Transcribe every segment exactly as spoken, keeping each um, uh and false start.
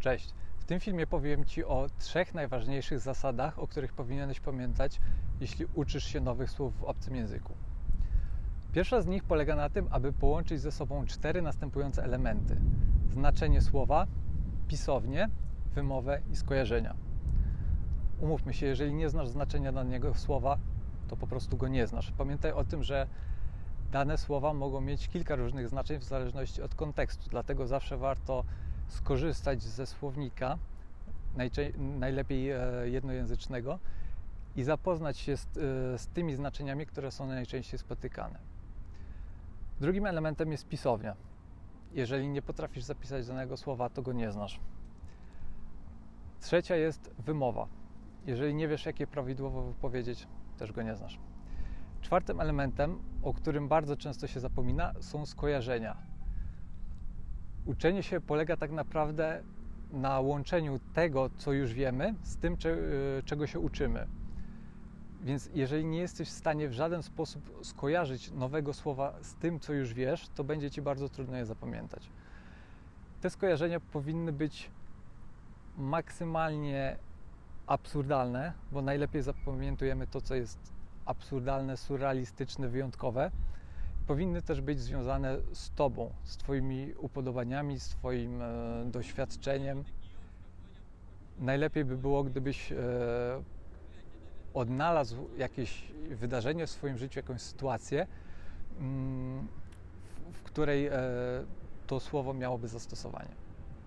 Cześć! W tym filmie powiem Ci o trzech najważniejszych zasadach, o których powinieneś pamiętać, jeśli uczysz się nowych słów w obcym języku. Pierwsza z nich polega na tym, aby połączyć ze sobą cztery następujące elementy: znaczenie słowa, pisownię, wymowę i skojarzenia. Umówmy się, jeżeli nie znasz znaczenia danego słowa, to po prostu go nie znasz. Pamiętaj o tym, że dane słowa mogą mieć kilka różnych znaczeń w zależności od kontekstu, dlatego zawsze warto skorzystać ze słownika, najlepiej jednojęzycznego, i zapoznać się z, z tymi znaczeniami, które są najczęściej spotykane. Drugim elementem jest pisownia. Jeżeli nie potrafisz zapisać danego słowa, to go nie znasz. Trzecia jest wymowa. Jeżeli nie wiesz, jak je prawidłowo wypowiedzieć, też go nie znasz. Czwartym elementem, o którym bardzo często się zapomina, są skojarzenia. Uczenie się polega tak naprawdę na łączeniu tego, co już wiemy, z tym, czego się uczymy. Więc jeżeli nie jesteś w stanie w żaden sposób skojarzyć nowego słowa z tym, co już wiesz, to będzie Ci bardzo trudno je zapamiętać. Te skojarzenia powinny być maksymalnie absurdalne, bo najlepiej zapamiętujemy to, co jest absurdalne, surrealistyczne, wyjątkowe. Powinny też być związane z Tobą, z Twoimi upodobaniami, z Twoim e, doświadczeniem. Najlepiej by było, gdybyś e, odnalazł jakieś wydarzenie w swoim życiu, jakąś sytuację, mm, w, w której e, to słowo miałoby zastosowanie.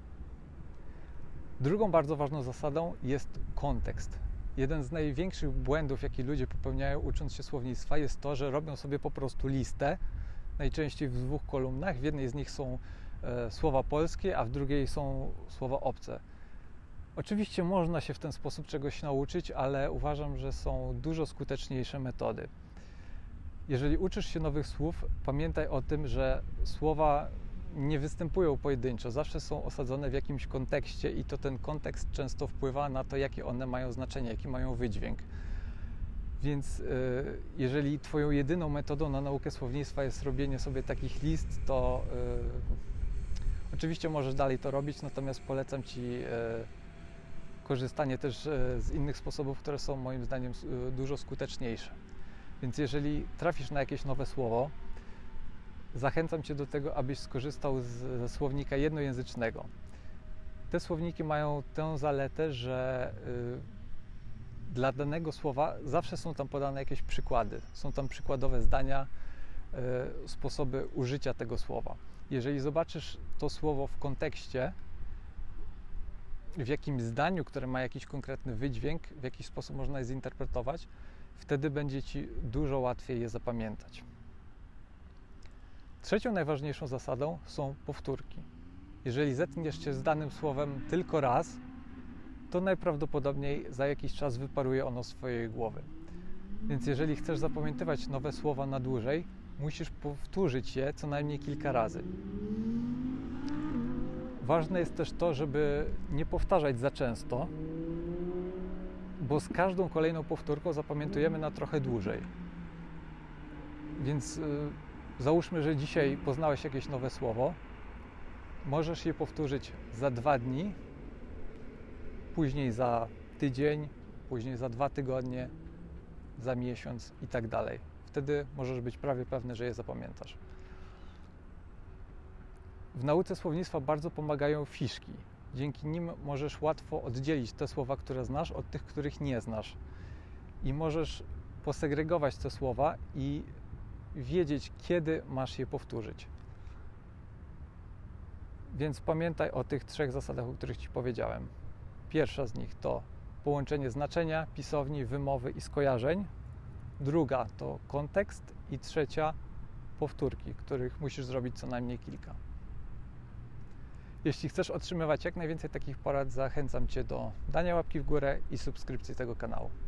Drugą bardzo ważną zasadą jest kontekst. Jeden z największych błędów, jakie ludzie popełniają, ucząc się słownictwa, jest to, że robią sobie po prostu listę, najczęściej w dwóch kolumnach. W jednej z nich są e, słowa polskie, a w drugiej są słowa obce. Oczywiście można się w ten sposób czegoś nauczyć, ale uważam, że są dużo skuteczniejsze metody. Jeżeli uczysz się nowych słów, pamiętaj o tym, że słowa nie występują pojedynczo, zawsze są osadzone w jakimś kontekście i to ten kontekst często wpływa na to, jakie one mają znaczenie, jaki mają wydźwięk. Więc yy, jeżeli Twoją jedyną metodą na naukę słownictwa jest robienie sobie takich list, to yy, oczywiście możesz dalej to robić, natomiast polecam Ci yy, korzystanie też yy, z innych sposobów, które są moim zdaniem yy, dużo skuteczniejsze. Więc jeżeli trafisz na jakieś nowe słowo, zachęcam Cię do tego, abyś skorzystał z, ze słownika jednojęzycznego. Te słowniki mają tę zaletę, że y, dla danego słowa zawsze są tam podane jakieś przykłady. Są tam przykładowe zdania, y, sposoby użycia tego słowa. Jeżeli zobaczysz to słowo w kontekście, w jakimś zdaniu, które ma jakiś konkretny wydźwięk, w jakiś sposób można je zinterpretować, wtedy będzie Ci dużo łatwiej je zapamiętać. Trzecią najważniejszą zasadą są powtórki. Jeżeli zetkniesz się z danym słowem tylko raz, to najprawdopodobniej za jakiś czas wyparuje ono z Twojej głowy. Więc jeżeli chcesz zapamiętywać nowe słowa na dłużej, musisz powtórzyć je co najmniej kilka razy. Ważne jest też to, żeby nie powtarzać za często, bo z każdą kolejną powtórką zapamiętujemy na trochę dłużej. Więc yy, załóżmy, że dzisiaj poznałeś jakieś nowe słowo, możesz je powtórzyć za dwa dni, później za tydzień, później za dwa tygodnie, za miesiąc i tak dalej. Wtedy możesz być prawie pewny, że je zapamiętasz. W nauce słownictwa bardzo pomagają fiszki. Dzięki nim możesz łatwo oddzielić te słowa, które znasz, od tych, których nie znasz. I możesz posegregować te słowa i wiedzieć, kiedy masz je powtórzyć. Więc pamiętaj o tych trzech zasadach, o których Ci powiedziałem. Pierwsza z nich to połączenie znaczenia, pisowni, wymowy i skojarzeń. Druga to kontekst i trzecia powtórki, których musisz zrobić co najmniej kilka. Jeśli chcesz otrzymywać jak najwięcej takich porad, zachęcam Cię do dania łapki w górę i subskrypcji tego kanału.